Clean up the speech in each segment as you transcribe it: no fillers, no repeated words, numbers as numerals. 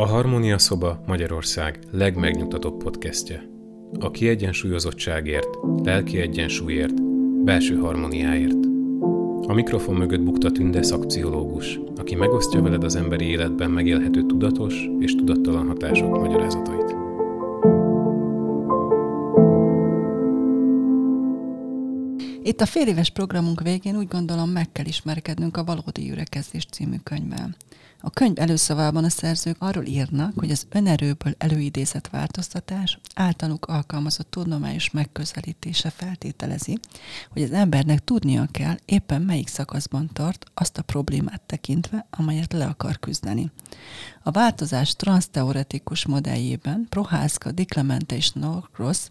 A Harmónia Szoba Magyarország legmegnyugtatóbb podcastje. A kiegyensúlyozottságért, lelki egyensúlyért, belső harmóniáért. A mikrofon mögött bukta Tünde szakpszichológus, aki megosztja veled az emberi életben megélhető tudatos és tudattalan hatások magyarázatait. Itt a féléves programunk végén úgy gondolom meg kell ismerkednünk a Valódi Gyülekezés című könyvvel. A könyv előszavában a szerzők arról írnak, hogy az önerőből előidézett változtatás általuk alkalmazott tudományos megközelítése feltételezi, hogy az embernek tudnia kell, éppen melyik szakaszban tart azt a problémát tekintve, amelyet le akar küzdeni. A változás transzteoretikus modelljében Prohászka, Di Clemente és Norcross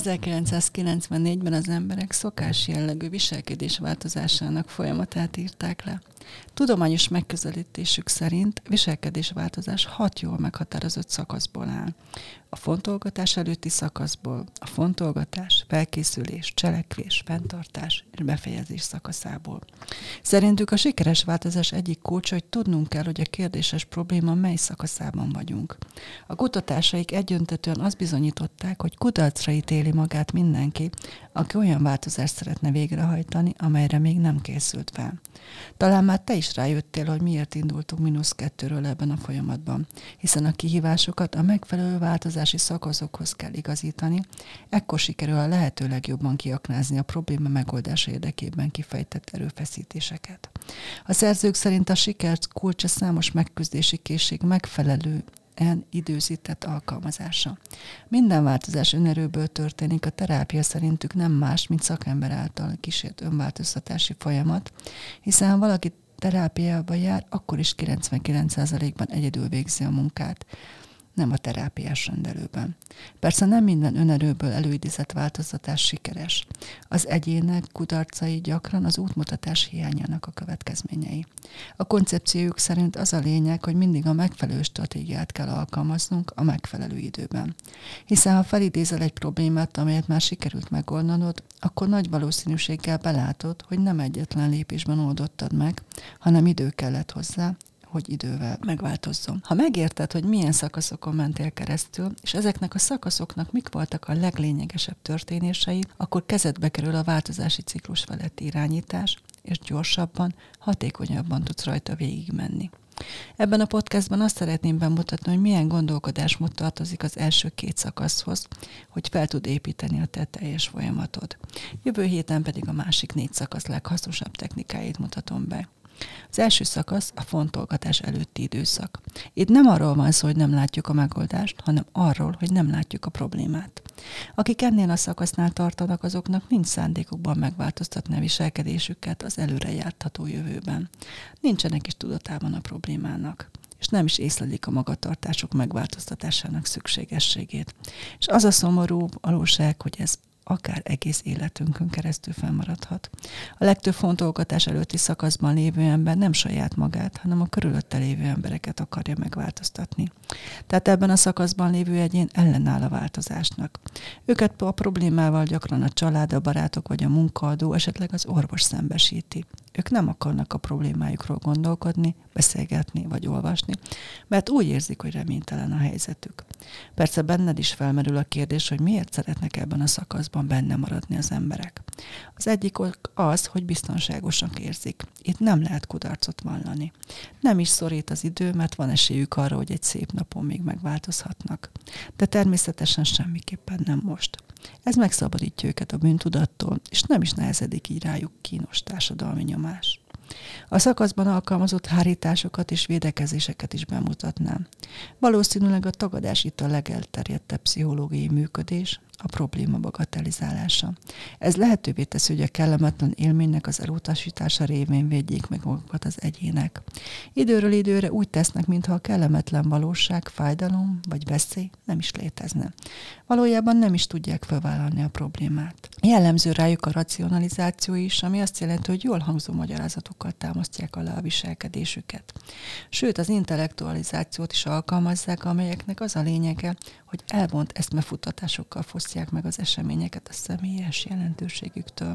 1994-ben az emberek szokás jellegű viselkedés változásának folyamatát írták le. Tudományos megközelítésük szerint viselkedésváltozás 6 jól meghatározott szakaszból áll. A fontolgatás előtti szakaszból, a fontolgatás, felkészülés, cselekvés, fenntartás és befejezés szakaszából. Szerintük a sikeres változás egyik kulcsa, hogy tudnunk kell, hogy a kérdéses probléma mely szakaszában vagyunk. A kutatásaik egyöntetően azt bizonyították, hogy kudarcra ítéli magát mindenki, aki olyan változást szeretne végrehajtani, amelyre még nem készült fel. Talán már te is rájöttél, hogy miért indultunk -2-ről ebben a folyamatban, hiszen a kihívásokat a megfelelő változási szakaszokhoz kell igazítani, ekkor sikerül a lehető legjobban kiaknázni a probléma megoldása érdekében kifejtett erőfeszítéseket. A szerzők szerint a siker kulcsa számos megküzdési készség megfelelő időzített alkalmazása. Minden változás önerőből történik, a terápia szerintük nem más, mint szakember által kísért önváltoztatási folyamat, hiszen ha valaki terápiába jár, akkor is 99%-ban egyedül végzi a munkát, nem a terápiás rendelőben. Persze nem minden önerőből előidézett változtatás sikeres. Az egyének kudarcai gyakran az útmutatás hiányának a következményei. A koncepciójuk szerint az a lényeg, hogy mindig a megfelelő stratégiát kell alkalmaznunk a megfelelő időben. Hiszen ha felidézel egy problémát, amelyet már sikerült megoldanod, akkor nagy valószínűséggel belátod, hogy nem egyetlen lépésben oldottad meg, hanem idő kellett hozzá, hogy idővel megváltozzon. Ha megérted, hogy milyen szakaszokon mentél keresztül, és ezeknek a szakaszoknak mik voltak a leglényegesebb történései, akkor kezedbe kerül a változási ciklus feletti irányítás, és gyorsabban, hatékonyabban tudsz rajta végigmenni. Ebben a podcastban azt szeretném bemutatni, hogy milyen gondolkodásmód tartozik az első 2 szakaszhoz, hogy fel tud építeni a te teljes folyamatod. Jövő héten pedig a másik 4 szakasz leghasznosabb technikáit mutatom be. Az első szakasz a fontolgatás előtti időszak. Itt nem arról van szó, hogy nem látjuk a megoldást, hanem arról, hogy nem látjuk a problémát. Akik ennél a szakasznál tartanak, azoknak nincs szándékukban megváltoztatni a viselkedésüket az előrejártható jövőben. Nincsenek is tudatában a problémának, és nem is észlelik a magatartások megváltoztatásának szükségességét. És az a szomorú valóság, hogy ez akár egész életünkön keresztül fennmaradhat. A legtöbb fontolgatás előtti szakaszban lévő ember nem saját magát, hanem a körülötte lévő embereket akarja megváltoztatni. Tehát ebben a szakaszban lévő egyén ellenáll a változásnak. Őket a problémával gyakran a család, a barátok vagy a munkaadó, esetleg az orvos szembesíti. Ők nem akarnak a problémájukról gondolkodni, beszélgetni vagy olvasni, mert úgy érzik, hogy reménytelen a helyzetük. Persze benned is felmerül a kérdés, hogy miért szeretnek ebben a szakaszban benne maradni az emberek. Az egyik ok az, hogy biztonságosak érzik. Itt nem lehet kudarcot vallani. Nem is szorít az idő, mert van esélyük arra, hogy egy szép napon még megváltozhatnak. De természetesen semmiképpen nem most. Ez megszabadítja őket a bűntudattól, és nem is nehezedik így rájuk kínos társadalmi nyomás. A szakaszban alkalmazott hárításokat és védekezéseket is bemutatnám. Valószínűleg a tagadás itt a legelterjedtebb pszichológiai működés, a probléma bagatelizálása. Ez lehetővé teszi, hogy a kellemetlen élménynek az elutasítása révén védjék meg magukat az egyének. Időről időre úgy tesznek, mintha a kellemetlen valóság, fájdalom vagy veszély nem is létezne. Valójában nem is tudják felvállalni a problémát. Jellemző rájuk a racionalizáció is, ami azt jelenti, hogy jól hangzó magyarázatokkal támasztják alá a viselkedésüket. Sőt, az intellektualizációt is alkalmazzák, amelyeknek az a lényege, hogy elvont eszmefuttatásokkal fosztják meg az eseményeket a személyes jelentőségüktől.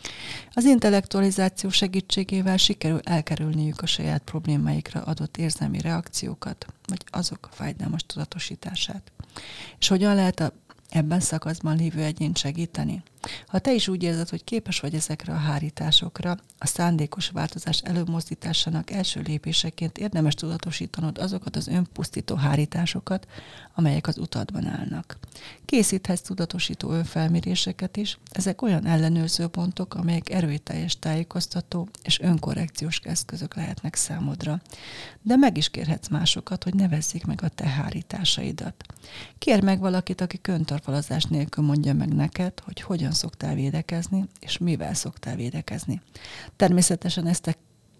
Az intellektualizáció segítségével sikerül elkerülniük a saját problémáikra adott érzelmi reakciókat, vagy azok fájdalmas tudatosítását. És hogyan lehet ebben szakaszban lévő egyént segíteni? Ha te is úgy érzed, hogy képes vagy ezekre a hárításokra, a szándékos változás előmozdításának első lépéseként érdemes tudatosítanod azokat az önpusztító hárításokat, amelyek az utadban állnak. Készíthetsz tudatosító önfelméréseket is, ezek olyan ellenőrző pontok, amelyek erőteljes tájékoztató és önkorrekciós eszközök lehetnek számodra. De meg is kérhetsz másokat, hogy nevezzék meg a te hárításaidat. Kérj meg valakit, aki köntorfalazás nélkül mondja meg neked, hogy hogyan szoktál védekezni, és mivel szoktál védekezni. Természetesen ezt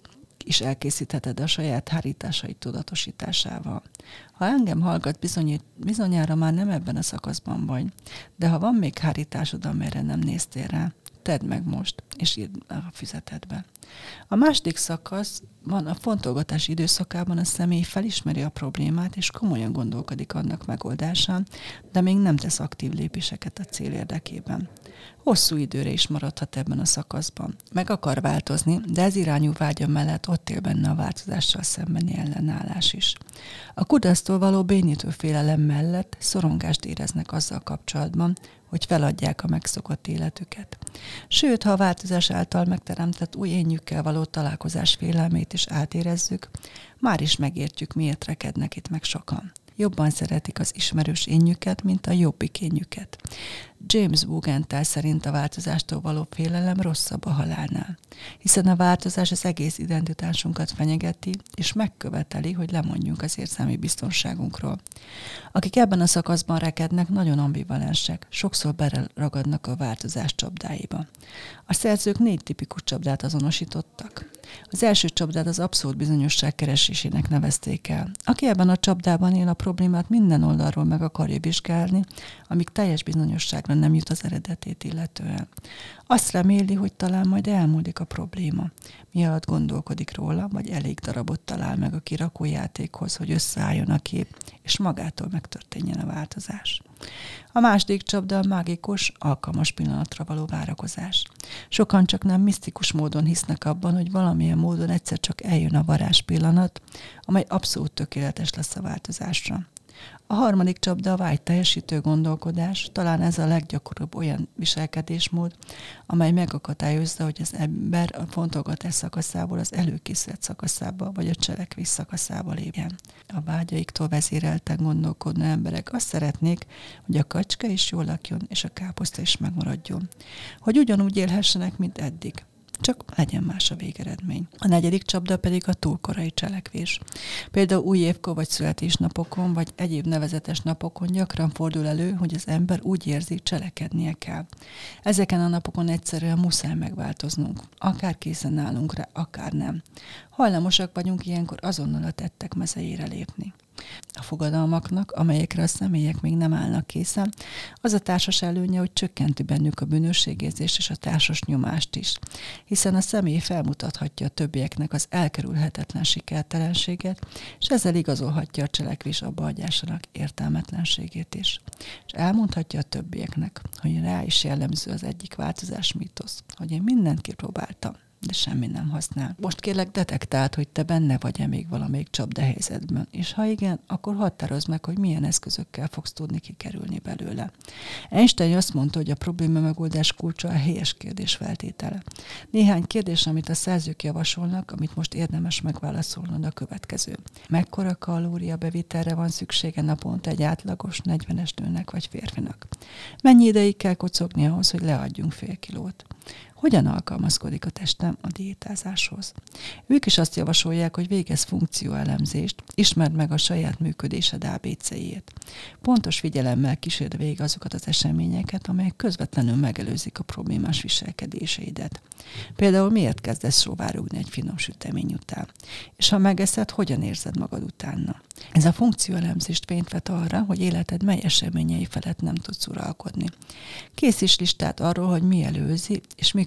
is elkészítheted a saját hárításaid tudatosításával. Ha engem hallgat, bizonyára már nem ebben a szakaszban vagy, de ha van még hárításod, amelyre nem néztél rá, tedd meg most, és írd a füzetedbe. A második szakaszban, a fontolgatás időszakában a személy felismeri a problémát, és komolyan gondolkodik annak megoldásán, de még nem tesz aktív lépéseket a cél érdekében. Hosszú időre is maradhat ebben a szakaszban. Meg akar változni, de ez irányú vágya mellett ott él benne a változással szembeni ellenállás is. A kudarctól való bénítő félelem mellett szorongást éreznek azzal kapcsolatban, hogy feladják a megszokott életüket. Sőt, ha a változás által megteremtett új énjükkel való találkozás félelmét is átérezzük, már is megértjük, miért rekednek itt meg sokan. Jobban szeretik az ismerős énjüket, mint a jobbik énjüket. James Bugenthal szerint a változástól való félelem rosszabb a halálnál, hiszen a változás az egész identitásunkat fenyegeti, és megköveteli, hogy lemondjunk az érzelmi biztonságunkról. Akik ebben a szakaszban rekednek, nagyon ambivalensek, sokszor beleragadnak a változás csapdáiba. A szerzők 4 tipikus csapdát azonosítottak. Az első csapdát az abszolút bizonyosság keresésének nevezték el. Aki ebben a csapdában él, a problémát minden oldalról meg akarja vizsgálni, amíg teljes bizonyosságra nem jut az eredetét illetően. Azt reméli, hogy talán majd elmúlik a probléma. Mi alatt gondolkodik róla, vagy elég darabot talál meg a kirakójátékhoz, hogy összeálljon a kép, és magától megtörténjen a változás. A második csapda a mágikus, alkalmas pillanatra való várakozás. Sokan csak nem misztikus módon hisznek abban, hogy valamilyen módon egyszer csak eljön a varázs pillanat, amely abszolút tökéletes lesz a változásra. A harmadik csapda a vágyteljesítő gondolkodás, talán ez a leggyakoribb olyan viselkedésmód, amely megakadályozza, hogy az ember a fontolgatás szakaszából az előkészület szakaszába, vagy a cselekvés szakaszába lépjen. A vágyaiktól vezérelten gondolkodó emberek azt szeretnék, hogy a kacska is jól lakjon, és a káposzta is megmaradjon. Hogy ugyanúgy élhessenek, mint eddig. Csak legyen más a végeredmény. A negyedik csapda pedig a túlkorai cselekvés. Például új évkor vagy születésnapokon, vagy egyéb nevezetes napokon gyakran fordul elő, hogy az ember úgy érzi, cselekednie kell. Ezeken a napokon egyszerűen muszáj megváltoznunk. Akár készen állunk rá, akár nem. Hajlamosak vagyunk ilyenkor azonnal a tettek mezejére lépni. A fogadalmaknak, amelyekre a személyek még nem állnak készen, az a társas előnye, hogy csökkenti bennük a bűnösségérzést és a társas nyomást is, hiszen a személy felmutathatja a többieknek az elkerülhetetlen sikertelenséget, és ezzel igazolhatja a cselekvés abbahagyásának értelmetlenségét is. És elmondhatja a többieknek, hogy rá is jellemző az egyik változás mítosz, hogy én mindent kipróbáltam, de semmi nem használ. Most kérlek detektáld, hogy te benne vagy-e még valamelyik csapdahelyzetben, és ha igen, akkor határozd meg, hogy milyen eszközökkel fogsz tudni kikerülni belőle. Einstein azt mondta, hogy a probléma megoldás kulcsa a helyes kérdés feltétele. Néhány kérdés, amit a szerzők javasolnak, amit most érdemes megválaszolnod a következő. Mekkora kalóriabevitelre van szüksége naponta egy átlagos 40-es nőnek vagy férfinak? Mennyi ideig kell kocogni ahhoz, hogy leadjunk fél kilót? Hogyan alkalmazkodik a testem a diétázáshoz? Ők is azt javasolják, hogy végezz funkcióelemzést, ismerd meg a saját működésed ABC-jét. Pontos figyelemmel kísérd végig azokat az eseményeket, amelyek közvetlenül megelőzik a problémás viselkedéseidet. Például miért kezdesz sóvárogni egy finom sütemény után? És ha megeszed, hogyan érzed magad utána? Ez a funkcióelemzést fényt vet arra, hogy életed mely eseményei felett nem tudsz uralkodni. Készíts listát arról, hogy mi előzi, és mi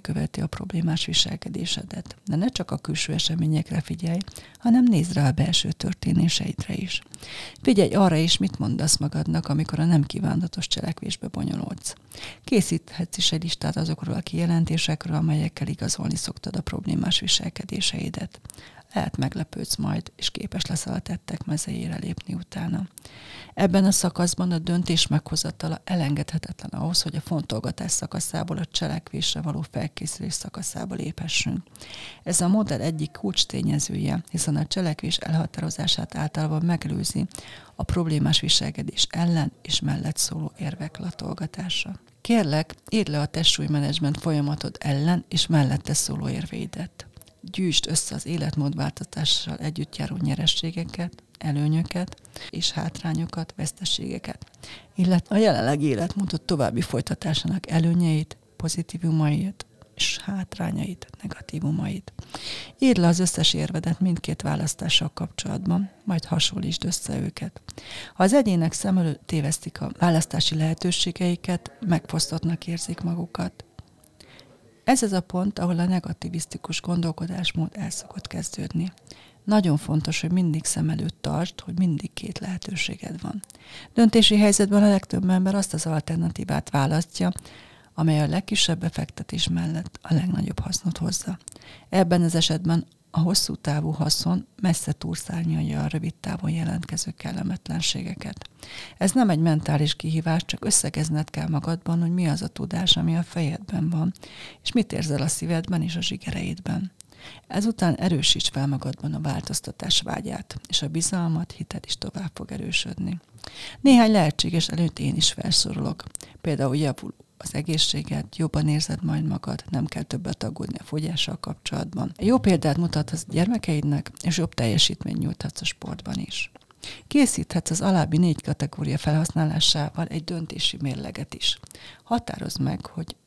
követi a problémás viselkedésedet. De ne csak a külső eseményekre figyelj, hanem nézd rá a belső történéseidre is. Figyelj arra is, mit mondasz magadnak, amikor a nem kívánatos cselekvésbe bonyolódsz. Készíthetsz is egy listát azokról a kijelentésekről, amelyekkel igazolni szoktad a problémás viselkedéseidet. Lehet meglepődsz majd, és képes leszel a tettek mezejére lépni utána. Ebben a szakaszban a döntés meghozatala elengedhetetlen ahhoz, hogy a fontolgatás szakaszából a cselekvésre való felkészülés szakaszába léphessünk. Ez a modell egyik kulcstényezője, hiszen a cselekvés elhatározását általában megelőzi a problémás viselkedés ellen és mellett szóló érvek latolgatása. Kérlek, írd le a testsúlymenedzsment folyamatod ellen és mellette szóló érveidet. Gyűjtsd össze az életmódváltozással együtt járó nyerességeket, előnyöket és hátrányokat, veszteségeket, illetve a jelenlegi életmódot további folytatásának előnyeit, pozitívumait és hátrányait, negatívumait. Írd le az összes érvedet mindkét választással kapcsolatban, majd hasonlítsd össze őket. Ha az egyének szem előtt tévesztik a választási lehetőségeiket, megfosztottnak érzik magukat. Ez az a pont, ahol a negativisztikus gondolkodásmód el szokott kezdődni. Nagyon fontos, hogy mindig szem előtt tartsd, hogy mindig két lehetőséged van. Döntési helyzetben a legtöbb ember azt az alternatívát választja, amely a legkisebb befektetés mellett a legnagyobb hasznot hozza. Ebben az esetben a hosszú távú haszon messze túlszárnyalja a rövid távon jelentkező kellemetlenségeket. Ez nem egy mentális kihívás, csak összegezned kell magadban, hogy mi az a tudás, ami a fejedben van, és mit érzel a szívedben és a zsigereidben. Ezután erősíts fel magadban a változtatás vágyát, és a bizalmat, hited is tovább fog erősödni. Néhány lehetséges előtt én is felsorolok. Például javul az egészséged, jobban érzed majd magad, nem kell többet aggódni a fogyással kapcsolatban. Jó példát mutathatsz a gyermekeidnek, és jobb teljesítményt nyújthatsz a sportban is. Készíthetsz az alábbi 4 kategória felhasználásával egy döntési mérleget is. Határozd meg, hogy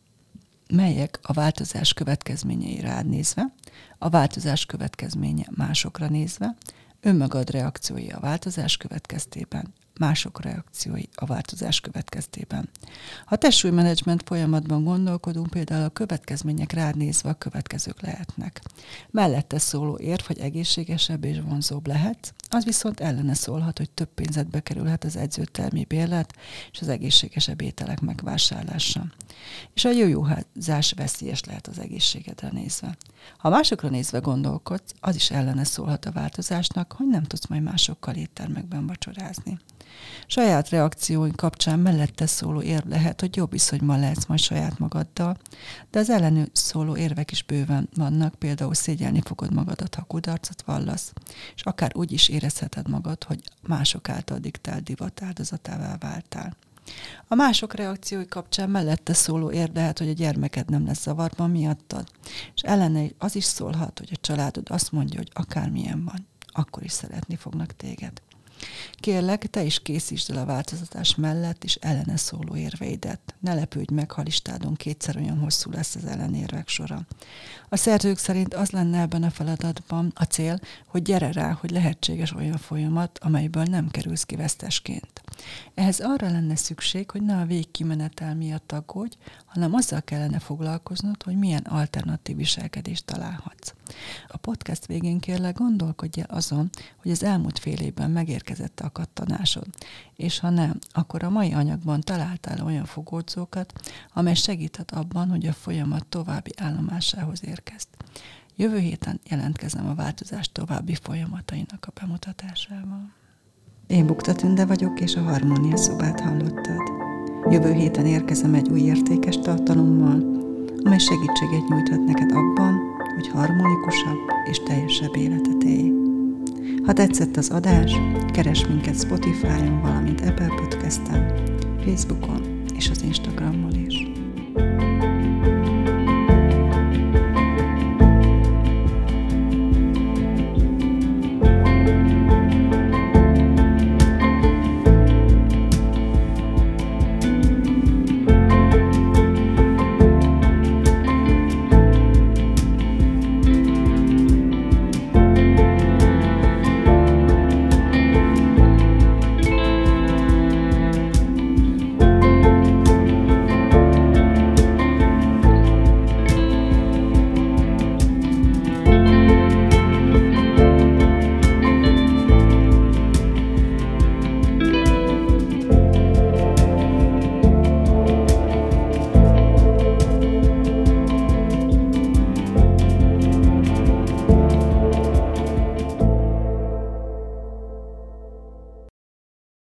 melyek a változás következményei rád nézve, a változás következménye másokra nézve, önmagad reakciói a változás következtében, mások reakciói a változás következtében. Ha testsúlymenedzsment folyamatban gondolkodunk, például a következmények rád nézve a következők lehetnek. Mellette szóló érv, hogy egészségesebb és vonzóbb lehetsz, az viszont ellene szólhat, hogy több pénzedbe kerülhet az edzőtermi bérlet és az egészségesebb ételek megvásárlása. És a jójóházás veszélyes lehet az egészségedre nézve. Ha másokra nézve gondolkodsz, az is ellene szólhat a változásnak, hogy nem tudsz majd másokkal éttermekben vacsorázni. Saját reakcióink kapcsán mellette szóló érv lehet, hogy jobb viszonyban lehetsz majd saját magaddal, de az ellenő szóló érvek is bőven vannak, például szégyelni fogod magadat, ha kudarcot vallasz, és akár úgy is érezheted magad, hogy mások által diktált divat áldozatává váltál. A mások reakciói kapcsán mellette szóló érv lehet, hogy a gyermeked nem lesz zavarban miattad, és ellene az is szólhat, hogy a családod azt mondja, hogy akármilyen van, akkor is szeretni fognak téged. Kérlek, te is készítsd el a változtatás mellett és ellene szóló érveidet. Ne lepődj meg, ha listádon 2-szer olyan hosszú lesz az ellenérvek sora. A szerzők szerint az lenne ebben a feladatban a cél, hogy gyere rá, hogy lehetséges olyan folyamat, amelyből nem kerülsz ki vesztesként. Ehhez arra lenne szükség, hogy ne a végkimenetel miatt aggódj, hanem azzal kellene foglalkoznod, hogy milyen alternatív viselkedést találhatsz. A podcast végén kérlek, gondolkodj el azon, hogy az elmúlt fél évben megérkezett a kattanásod, és ha nem, akkor a mai anyagban találtál olyan fogódzókat, amely segíthet abban, hogy a folyamat további állomásához érkezd. Jövő héten jelentkezem a változás további folyamatainak a bemutatásával. Én Bukta Tünde vagyok, és a Harmónia Szobát hallottad. Jövő héten érkezem egy új értékes tartalommal, amely segítséget nyújthat neked abban, hogy harmonikusabb és teljesebb életet élj. Ha tetszett az adás, keresd minket Spotify-on, valamint Apple Podcast-en, Facebookon és az Instagramon is.